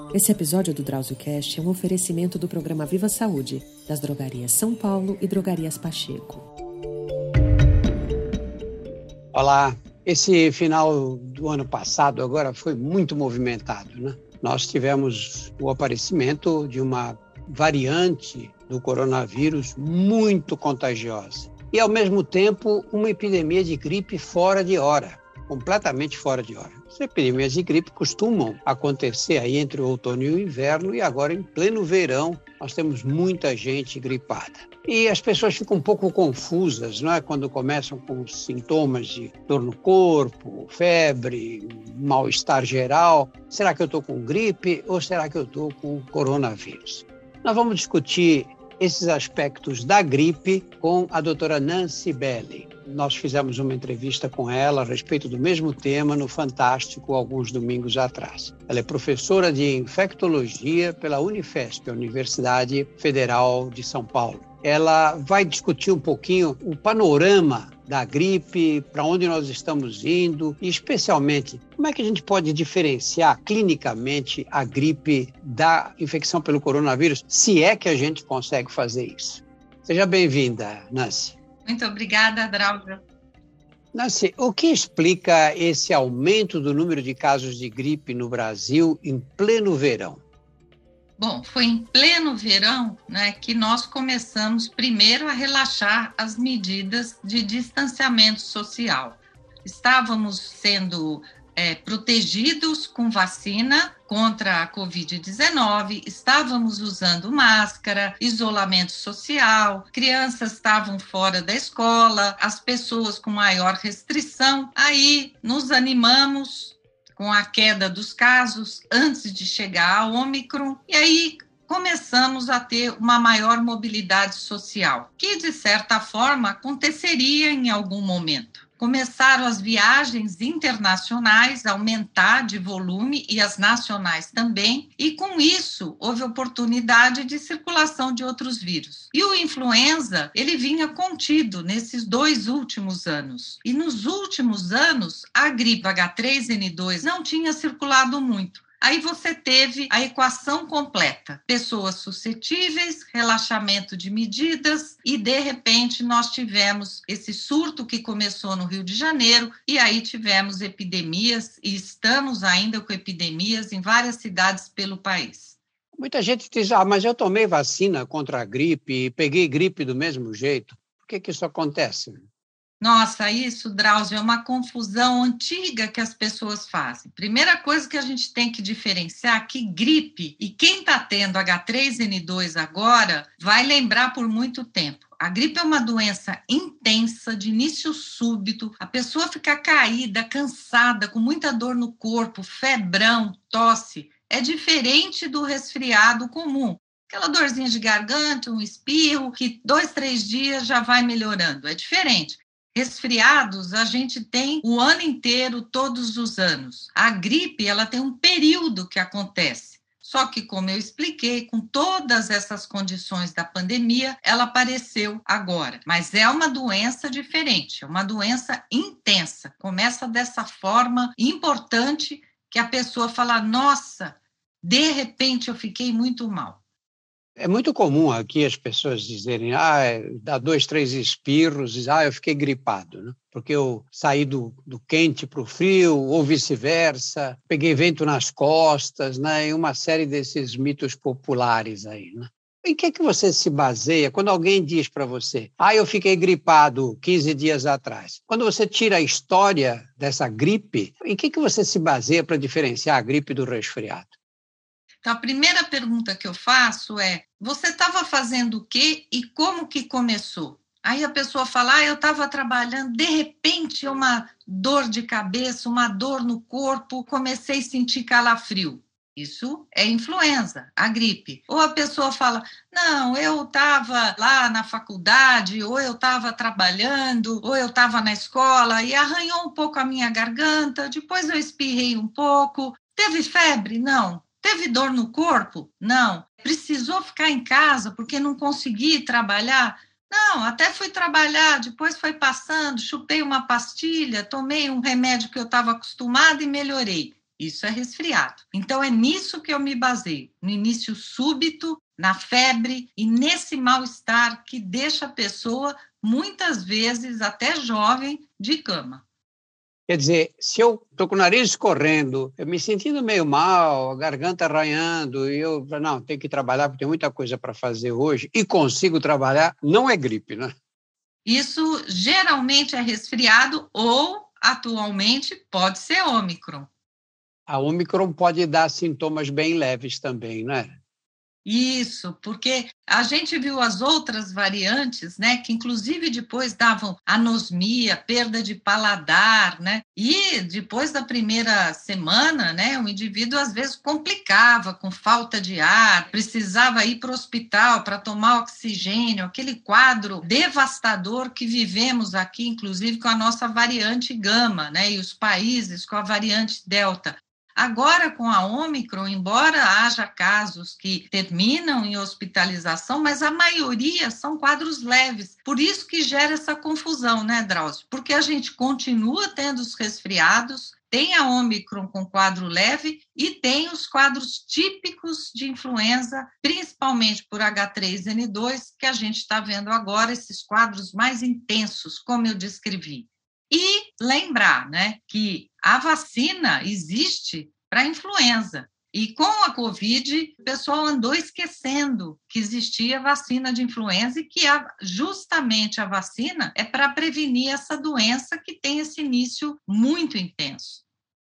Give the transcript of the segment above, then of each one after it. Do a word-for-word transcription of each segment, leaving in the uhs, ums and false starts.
Esse episódio do DrauzioCast é um oferecimento do programa Viva Saúde, das drogarias São Paulo e drogarias Pacheco. Olá, esse final do ano passado agora foi muito movimentado, né? Nós tivemos o aparecimento de uma variante do coronavírus muito contagiosa e, ao mesmo tempo, uma epidemia de gripe fora de hora, completamente fora de hora. As epidemias de gripe costumam acontecer aí entre o outono e o inverno, e agora, em pleno verão, nós temos muita gente gripada. E as pessoas ficam um pouco confusas, não é? Quando começam com sintomas de dor no corpo, febre, mal-estar geral. Será que eu estou com gripe ou será que eu estou com coronavírus? Nós vamos discutir esses aspectos da gripe com a doutora Nancy Belli. Nós fizemos uma entrevista com ela a respeito do mesmo tema no Fantástico alguns domingos atrás. Ela é professora de infectologia pela Unifesp, a Universidade Federal de São Paulo. Ela vai discutir um pouquinho o panorama da gripe, para onde nós estamos indo e, especialmente, como é que a gente pode diferenciar clinicamente a gripe da infecção pelo coronavírus, se é que a gente consegue fazer isso. Seja bem-vinda, Nancy. Muito obrigada, Drauzio. Nancy, o que explica esse aumento do número de casos de gripe no Brasil em pleno verão? Bom, foi em pleno verão, né, que nós começamos primeiro a relaxar as medidas de distanciamento social. Estávamos sendo é, protegidos com vacina contra a covid dezenove, estávamos usando máscara, isolamento social, crianças estavam fora da escola, as pessoas com maior restrição. Aí nos animamos com a queda dos casos antes de chegar a Ômicron, e aí começamos a ter uma maior mobilidade social, que de certa forma aconteceria em algum momento. Começaram as viagens internacionais a aumentar de volume e as nacionais também, e com isso houve oportunidade de circulação de outros vírus. E o influenza, ele vinha contido nesses dois últimos anos. E nos últimos anos, a gripe agá três ene dois não tinha circulado muito. Aí você teve a equação completa, pessoas suscetíveis, relaxamento de medidas e, de repente, nós tivemos esse surto que começou no Rio de Janeiro e aí tivemos epidemias e estamos ainda com epidemias em várias cidades pelo país. Muita gente diz, ah, mas eu tomei vacina contra a gripe e peguei gripe do mesmo jeito. Por que que isso acontece? Nossa, isso, Drauzio, é uma confusão antiga que as pessoas fazem. Primeira coisa que a gente tem que diferenciar é que gripe, e quem está tendo agá três ene dois agora, vai lembrar por muito tempo. A gripe é uma doença intensa, de início súbito, a pessoa fica caída, cansada, com muita dor no corpo, febrão, tosse. É diferente do resfriado comum. Aquela dorzinha de garganta, um espirro, que dois, três dias já vai melhorando. É diferente. Resfriados a gente tem o ano inteiro, todos os anos. A gripe, ela tem um período que acontece. Só que, como eu expliquei, com todas essas condições da pandemia, ela apareceu agora. Mas é uma doença diferente, é uma doença intensa. Começa dessa forma importante que a pessoa fala, nossa, de repente eu fiquei muito mal. É muito comum aqui as pessoas dizerem, ah, dá dois, três espirros, e, ah, eu fiquei gripado, né? Porque eu saí do, do quente para o frio, ou vice-versa, peguei vento nas costas, né? E uma série desses mitos populares aí, né? Em que que você se baseia quando alguém diz para você, ah, eu fiquei gripado quinze dias atrás? Quando você tira a história dessa gripe, em que que você se baseia para diferenciar a gripe do resfriado? Então, a primeira pergunta que eu faço é, você estava fazendo o quê e como que começou? Aí a pessoa fala, ah, eu estava trabalhando, de repente uma dor de cabeça, uma dor no corpo, comecei a sentir calafrio. Isso é influenza, a gripe. Ou a pessoa fala, não, eu estava lá na faculdade, ou eu estava trabalhando, ou eu estava na escola e arranhou um pouco a minha garganta, depois eu espirrei um pouco. Teve febre? Não. Teve dor no corpo? Não. Precisou ficar em casa porque não consegui trabalhar? Não, até fui trabalhar, depois foi passando, chupei uma pastilha, tomei um remédio que eu estava acostumada e melhorei. Isso é resfriado. Então, é nisso que eu me baseio, no início súbito, na febre e nesse mal-estar que deixa a pessoa, muitas vezes, até jovem, de cama. Quer dizer, se eu estou com o nariz escorrendo, eu me sentindo meio mal, a garganta arranhando, e eu, não, tenho que trabalhar porque tem muita coisa para fazer hoje, e consigo trabalhar, não é gripe, né? Isso geralmente é resfriado ou, atualmente, pode ser Ômicron. A Ômicron pode dar sintomas bem leves também, né? Isso, porque a gente viu as outras variantes, né, que inclusive depois davam anosmia, perda de paladar, né, e depois da primeira semana, né, o indivíduo às vezes complicava com falta de ar, precisava ir para o hospital para tomar oxigênio, aquele quadro devastador que vivemos aqui, inclusive com a nossa variante gama, né, e os países com a variante delta. Agora, com a Ômicron, embora haja casos que terminam em hospitalização, mas a maioria são quadros leves. Por isso que gera essa confusão, né, Drauzio? Porque a gente continua tendo os resfriados, tem a Ômicron com quadro leve e tem os quadros típicos de influenza, principalmente por agá três ene dois, que a gente está vendo agora, esses quadros mais intensos, como eu descrevi. E lembrar, né, que a vacina existe para influenza. E com a Covid, o pessoal andou esquecendo que existia vacina de influenza e que a, justamente a vacina é para prevenir essa doença que tem esse início muito intenso.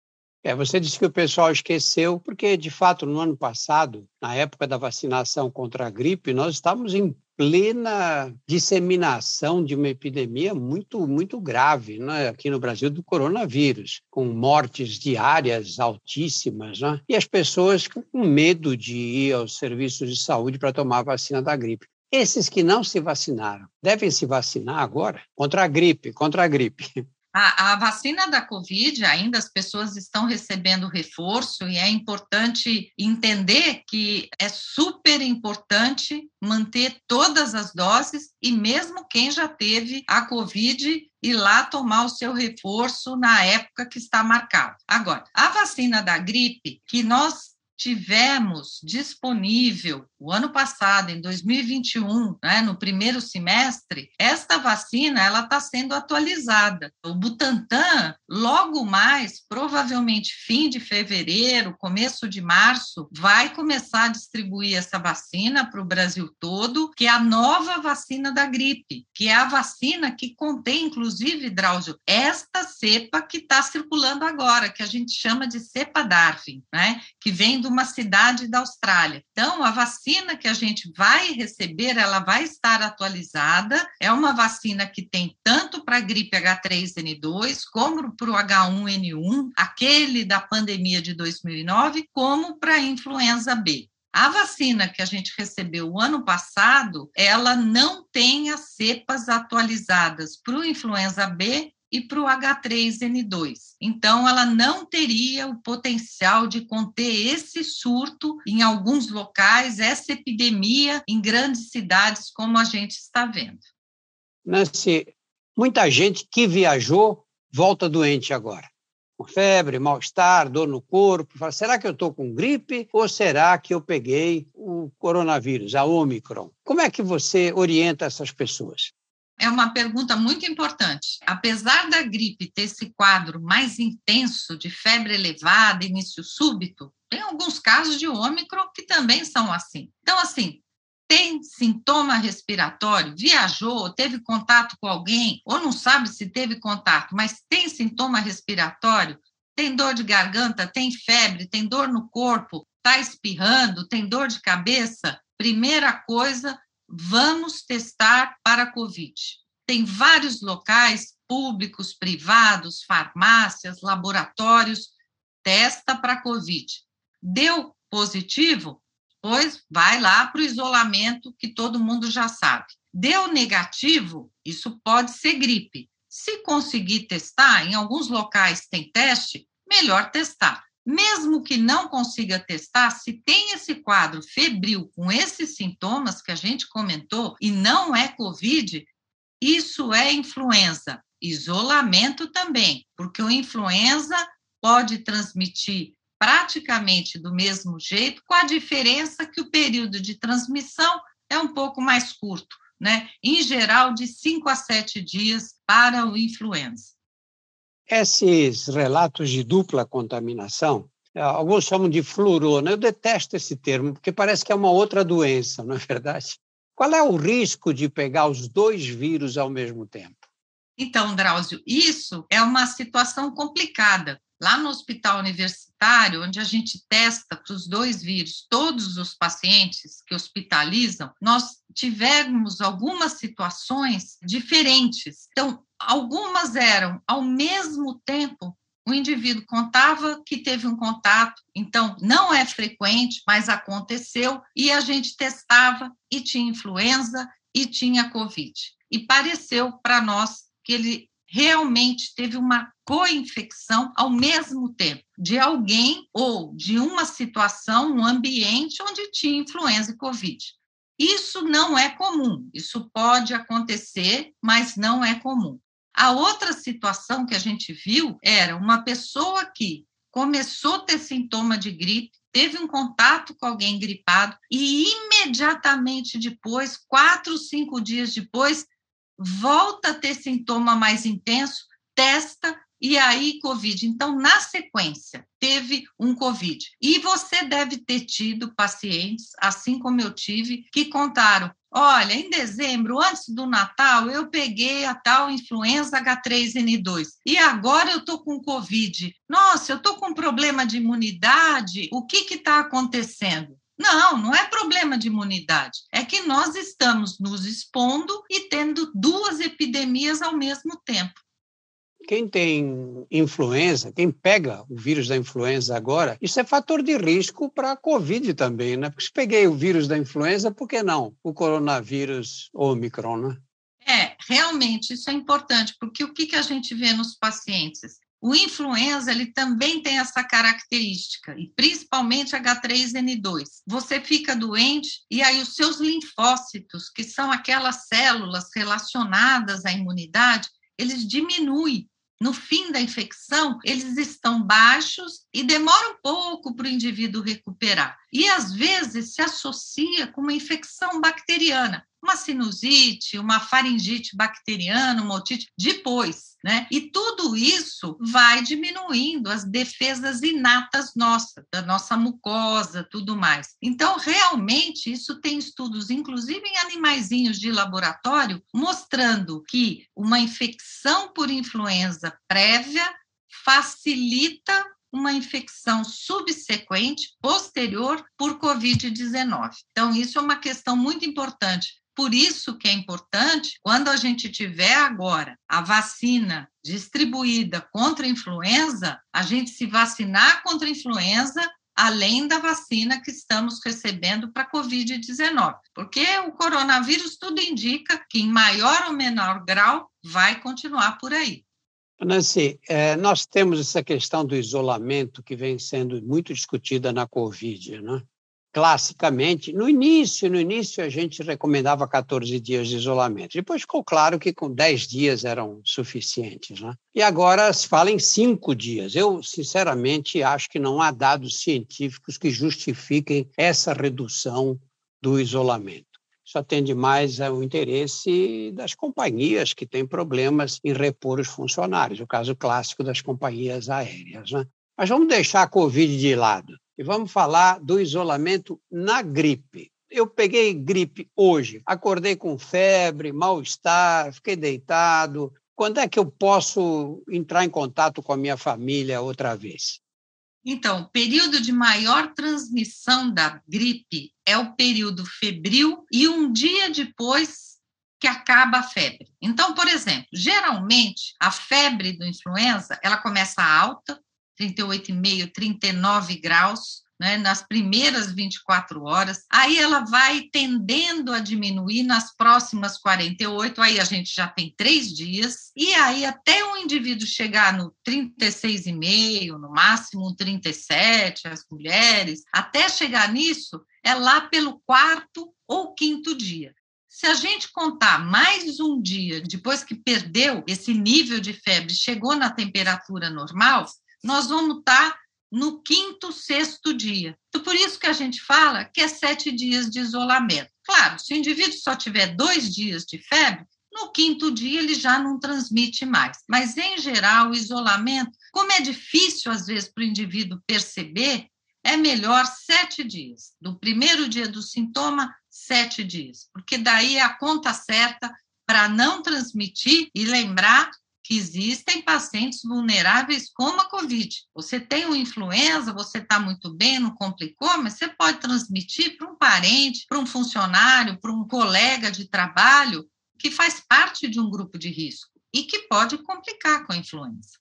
É, você disse que o pessoal esqueceu, porque, de fato, no ano passado, na época da vacinação contra a gripe, nós estávamos em plena disseminação de uma epidemia muito, muito grave, né, aqui no Brasil, do coronavírus, com mortes diárias altíssimas, né, e as pessoas com medo de ir aos serviços de saúde para tomar a vacina da gripe. Esses que não se vacinaram devem se vacinar agora contra a gripe, contra a gripe. A, a vacina da Covid, ainda as pessoas estão recebendo reforço e é importante entender que é super importante manter todas as doses e mesmo quem já teve a Covid ir lá tomar o seu reforço na época que está marcado. Agora, a vacina da gripe que nós tivemos disponível o ano passado, em dois mil e vinte e um, né, no primeiro semestre, esta vacina ela está sendo atualizada. O Butantan, logo mais, provavelmente fim de fevereiro, começo de março, vai começar a distribuir essa vacina para o Brasil todo, que é a nova vacina da gripe, que é a vacina que contém, inclusive, Drauzio, esta cepa que está circulando agora, que a gente chama de cepa Darwin, né, que vem de uma cidade da Austrália. Então, a vacina que a gente vai receber, ela vai estar atualizada, é uma vacina que tem tanto para a gripe agá três ene dois, como para o agá um ene um, aquele da pandemia de dois mil e nove, como para a influenza B. A vacina que a gente recebeu o ano passado, ela não tem as cepas atualizadas para o influenza B e para o agá três ene dois. Então, ela não teria o potencial de conter esse surto em alguns locais, essa epidemia em grandes cidades, como a gente está vendo. Nancy, muita gente que viajou volta doente agora. Com febre, mal-estar, dor no corpo. Fala, será que eu estou com gripe ou será que eu peguei o coronavírus, a Ômicron? Como é que você orienta essas pessoas? É uma pergunta muito importante. Apesar da gripe ter esse quadro mais intenso de febre elevada, início súbito, tem alguns casos de Ômicron que também são assim. Então, assim, tem sintoma respiratório, viajou, teve contato com alguém, ou não sabe se teve contato, mas tem sintoma respiratório, tem dor de garganta, tem febre, tem dor no corpo, está espirrando, tem dor de cabeça, primeira coisa, vamos testar para a Covid. Tem vários locais públicos, privados, farmácias, laboratórios, testa para a Covid. Deu positivo? Pois vai lá para o isolamento, que todo mundo já sabe. Deu negativo? Isso pode ser gripe. Se conseguir testar, em alguns locais tem teste, melhor testar. Mesmo que não consiga testar, se tem esse quadro febril com esses sintomas que a gente comentou e não é Covid, isso é influenza. Isolamento também, porque o influenza pode transmitir praticamente do mesmo jeito, com a diferença que o período de transmissão é um pouco mais curto, né? Em geral, de cinco a sete dias para o influenza. Esses relatos de dupla contaminação, alguns chamam de flurona. Eu detesto esse termo, porque parece que é uma outra doença, não é verdade? Qual é o risco de pegar os dois vírus ao mesmo tempo? Então, Drauzio, isso é uma situação complicada. Lá no hospital universitário, onde a gente testa para os dois vírus todos os pacientes que hospitalizam, nós tivemos algumas situações diferentes. Então, algumas eram ao mesmo tempo. O indivíduo contava que teve um contato, então não é frequente, mas aconteceu, e a gente testava e tinha influenza e tinha Covid. E pareceu para nós que ele realmente teve uma co-infecção ao mesmo tempo, de alguém ou de uma situação, um ambiente onde tinha influenza e Covid. Isso não é comum, isso pode acontecer, mas não é comum. A outra situação que a gente viu era uma pessoa que começou a ter sintoma de gripe, teve um contato com alguém gripado e imediatamente depois, quatro, cinco dias depois, volta a ter sintoma mais intenso, testa e aí Covid. Então, na sequência, teve um Covid. E você deve ter tido pacientes, assim como eu tive, que contaram: olha, em dezembro, antes do Natal, eu peguei a tal influenza agá três ene dois e agora eu estou com Covid. Nossa, eu estou com problema de imunidade, o que está acontecendo? Não, não é problema de imunidade, é que nós estamos nos expondo e tendo duas epidemias ao mesmo tempo. Quem tem influenza, quem pega o vírus da influenza agora, isso é fator de risco para a Covid também, né? Porque se peguei o vírus da influenza, por que não o coronavírus Ômicron, né? É, realmente, isso é importante, porque o que, que a gente vê nos pacientes? O influenza, ele também tem essa característica, e principalmente agá três ene dois. Você fica doente e aí os seus linfócitos, que são aquelas células relacionadas à imunidade, eles diminuem. No fim da infecção, eles estão baixos e demora um pouco para o indivíduo recuperar. E, às vezes, se associa com uma infecção bacteriana, uma sinusite, uma faringite bacteriana, uma otite, depois, né? E tudo isso vai diminuindo as defesas inatas nossas, da nossa mucosa, tudo mais. Então, realmente, isso tem estudos, inclusive em animaizinhos de laboratório, mostrando que uma infecção por influenza prévia facilita uma infecção subsequente, posterior, por covid dezenove. Então, isso é uma questão muito importante. Por isso que é importante, quando a gente tiver agora a vacina distribuída contra a influenza, a gente se vacinar contra a influenza, além da vacina que estamos recebendo para covid dezenove. Porque o coronavírus tudo indica que, em maior ou menor grau, vai continuar por aí. Nancy, é, nós temos essa questão do isolamento que vem sendo muito discutida na Covid, né? Classicamente, no início, no início a gente recomendava catorze dias de isolamento. Depois ficou claro que com dez dias eram suficientes, né? E agora se fala em cinco dias. Eu, sinceramente, acho que não há dados científicos que justifiquem essa redução do isolamento. Isso atende mais ao interesse das companhias que têm problemas em repor os funcionários, o caso clássico das companhias aéreas, né? Mas vamos deixar a Covid de lado e vamos falar do isolamento na gripe. Eu peguei gripe hoje, acordei com febre, mal-estar, fiquei deitado. Quando é que eu posso entrar em contato com a minha família outra vez? Então, o período de maior transmissão da gripe é o período febril e um dia depois que acaba a febre. Então, por exemplo, geralmente a febre do influenza, ela começa alta, trinta e oito vírgula cinco, trinta e nove graus, né, nas primeiras vinte e quatro horas, aí ela vai tendendo a diminuir nas próximas quarenta e oito, aí a gente já tem três dias, e aí até o indivíduo chegar no trinta e seis vírgula cinco, no máximo trinta e sete, as mulheres, até chegar nisso, é lá pelo quarto ou quinto dia. Se a gente contar mais um dia depois que perdeu esse nível de febre, chegou na temperatura normal, nós vamos estar no quinto, sexto dia. Então, por isso que a gente fala que é sete dias de isolamento. Claro, se o indivíduo só tiver dois dias de febre, no quinto dia ele já não transmite mais. Mas, em geral, o isolamento, como é difícil, às vezes, para o indivíduo perceber, é melhor sete dias. Do primeiro dia do sintoma, sete dias. Porque daí é a conta certa para não transmitir e lembrar que existem pacientes vulneráveis como a Covid. Você tem uma influenza, você está muito bem, não complicou, mas você pode transmitir para um parente, para um funcionário, para um colega de trabalho que faz parte de um grupo de risco e que pode complicar com a influenza.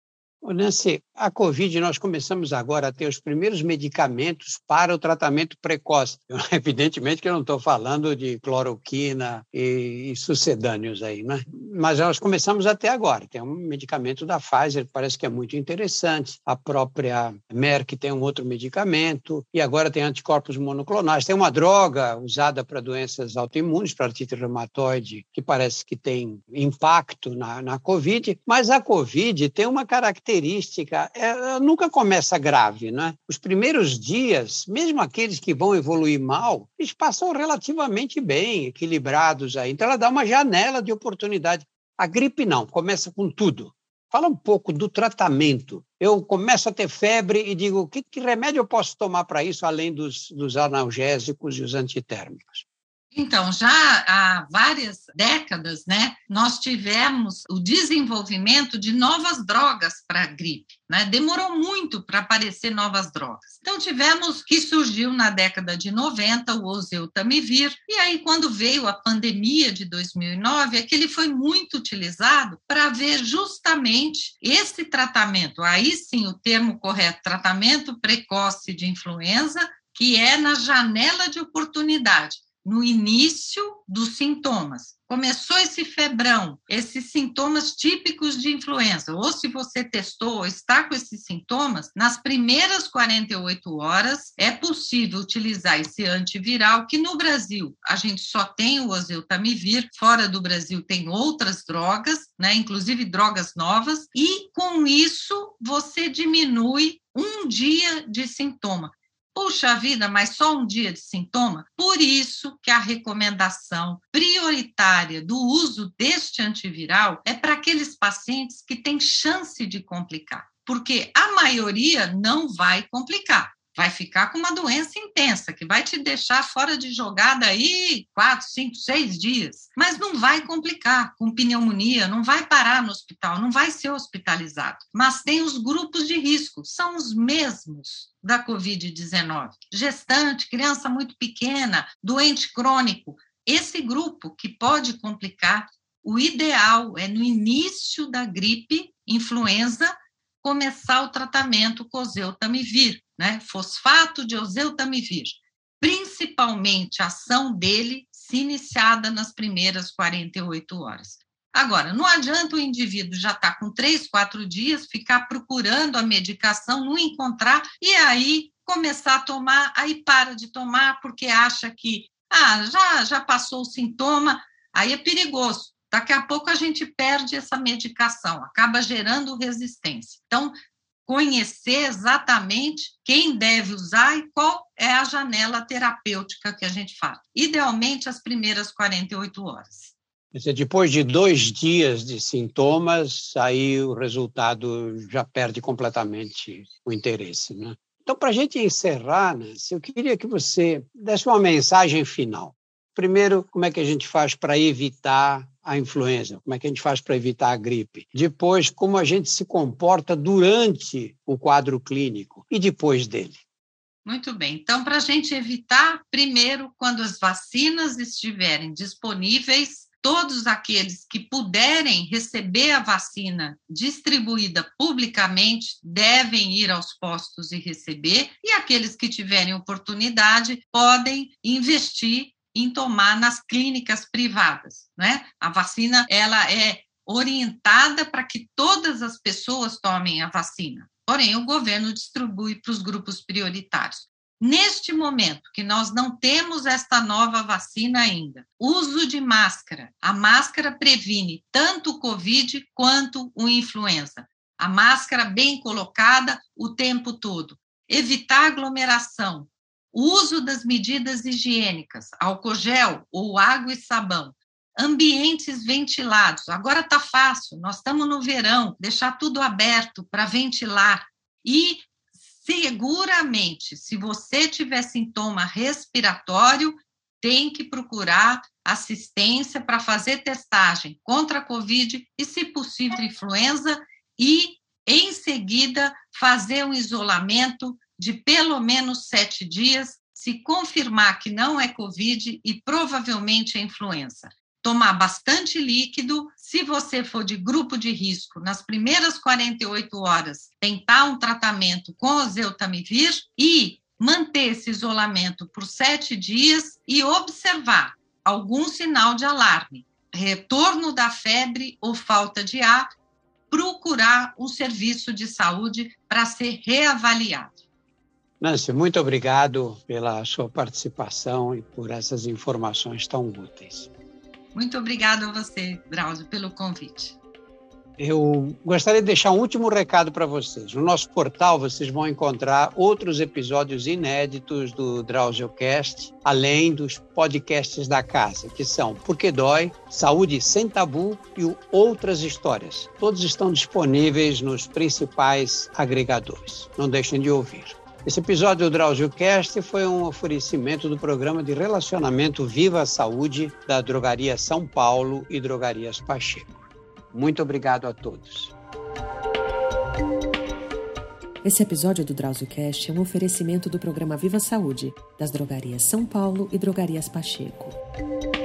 Nancy, a Covid, nós começamos agora a ter os primeiros medicamentos para o tratamento precoce. Evidentemente que eu não estou falando de cloroquina e, e sucedâneos aí, né? Mas nós começamos até agora. Tem um medicamento da Pfizer que parece que é muito interessante. A própria Merck tem um outro medicamento e agora tem anticorpos monoclonais. Tem uma droga usada para doenças autoimunes, para artrite reumatoide, que parece que tem impacto na, na Covid, mas a Covid tem uma característica característica, ela nunca começa grave, né? Os primeiros dias, mesmo aqueles que vão evoluir mal, eles passam relativamente bem, equilibrados aí. Então, ela dá uma janela de oportunidade. A gripe não, começa com tudo. Fala um pouco do tratamento. Eu começo a ter febre e digo, que, que remédio eu posso tomar para isso, além dos, dos analgésicos e os antitérmicos? Então, já há várias décadas, né, nós tivemos o desenvolvimento de novas drogas para a gripe, né? Demorou muito para aparecer novas drogas. Então, tivemos que surgiu na década de noventa o oseltamivir, e aí quando veio a pandemia de dois mil e nove, é que ele foi muito utilizado para ver justamente esse tratamento, aí sim o termo correto, tratamento precoce de influenza, que é na janela de oportunidade, no início dos sintomas. Começou esse febrão, esses sintomas típicos de influenza, ou se você testou ou está com esses sintomas, nas primeiras quarenta e oito horas é possível utilizar esse antiviral, que no Brasil a gente só tem o oseltamivir, fora do Brasil tem outras drogas, né, inclusive drogas novas, e com isso você diminui um dia de sintoma. Puxa vida, mas só um dia de sintoma? Por isso que a recomendação prioritária do uso deste antiviral é para aqueles pacientes que têm chance de complicar, porque a maioria não vai complicar. Vai ficar com uma doença intensa, que vai te deixar fora de jogada aí quatro, cinco, seis dias. Mas não vai complicar com pneumonia, não vai parar no hospital, não vai ser hospitalizado. Mas tem os grupos de risco, são os mesmos da covid dezenove. Gestante, criança muito pequena, doente crônico. Esse grupo que pode complicar, o ideal é no início da gripe, influenza, começar o tratamento com oseltamivir, né? Fosfato de oseltamivir, principalmente a ação dele se iniciada nas primeiras quarenta e oito horas. Agora, não adianta o indivíduo já estar tá com três, quatro dias, ficar procurando a medicação, não encontrar, e aí começar a tomar, aí para de tomar porque acha que ah, já, já passou o sintoma, aí é perigoso. Daqui a pouco a gente perde essa medicação, acaba gerando resistência. Então, conhecer exatamente quem deve usar e qual é a janela terapêutica que a gente faz. Idealmente, as primeiras quarenta e oito horas. Quer dizer, depois de dois dias de sintomas, aí o resultado já perde completamente o interesse, né? Então, para a gente encerrar, né, eu queria que você desse uma mensagem final. Primeiro, como é que a gente faz para evitar a influenza? Como é que a gente faz para evitar a gripe? Depois, como a gente se comporta durante o quadro clínico e depois dele? Muito bem. Então, para a gente evitar, primeiro, quando as vacinas estiverem disponíveis, todos aqueles que puderem receber a vacina distribuída publicamente devem ir aos postos e receber, e aqueles que tiverem oportunidade podem investir em tomar nas clínicas privadas, né? A vacina, ela é orientada para que todas as pessoas tomem a vacina, porém o governo distribui para os grupos prioritários. Neste momento que nós não temos esta nova vacina ainda, uso de máscara. A máscara previne tanto o Covid quanto o influenza. a máscara bem colocada o tempo todo, evitar aglomeração, o uso das medidas higiênicas, álcool gel ou água e sabão, ambientes ventilados. Agora está fácil, nós estamos no verão, deixar tudo aberto para ventilar. E, seguramente, se você tiver sintoma respiratório, tem que procurar assistência para fazer testagem contra a Covid e, se possível, influenza e, em seguida, fazer um isolamento de pelo menos sete dias, se confirmar que não é Covid e provavelmente é influenza. Tomar bastante líquido, se você for de grupo de risco, nas primeiras quarenta e oito horas, tentar um tratamento com oseltamivir e manter esse isolamento por sete dias e observar algum sinal de alarme, retorno da febre ou falta de ar, procurar um serviço de saúde para ser reavaliado. Nancy, muito obrigado pela sua participação e por essas informações tão úteis. Muito obrigada a você, Drauzio, pelo convite. Eu gostaria de deixar um último recado para vocês. No nosso portal vocês vão encontrar outros episódios inéditos do DrauzioCast, além dos podcasts da casa, que são Porque Dói, Saúde Sem Tabu e o Outras Histórias. Todos estão disponíveis nos principais agregadores. Não deixem de ouvir. Esse episódio do DrauzioCast foi um oferecimento do programa de relacionamento Viva a Saúde da Drogaria São Paulo e Drogarias Pacheco. Muito obrigado a todos. Esse episódio do DrauzioCast é um oferecimento do programa Viva a Saúde das Drogarias São Paulo e Drogarias Pacheco.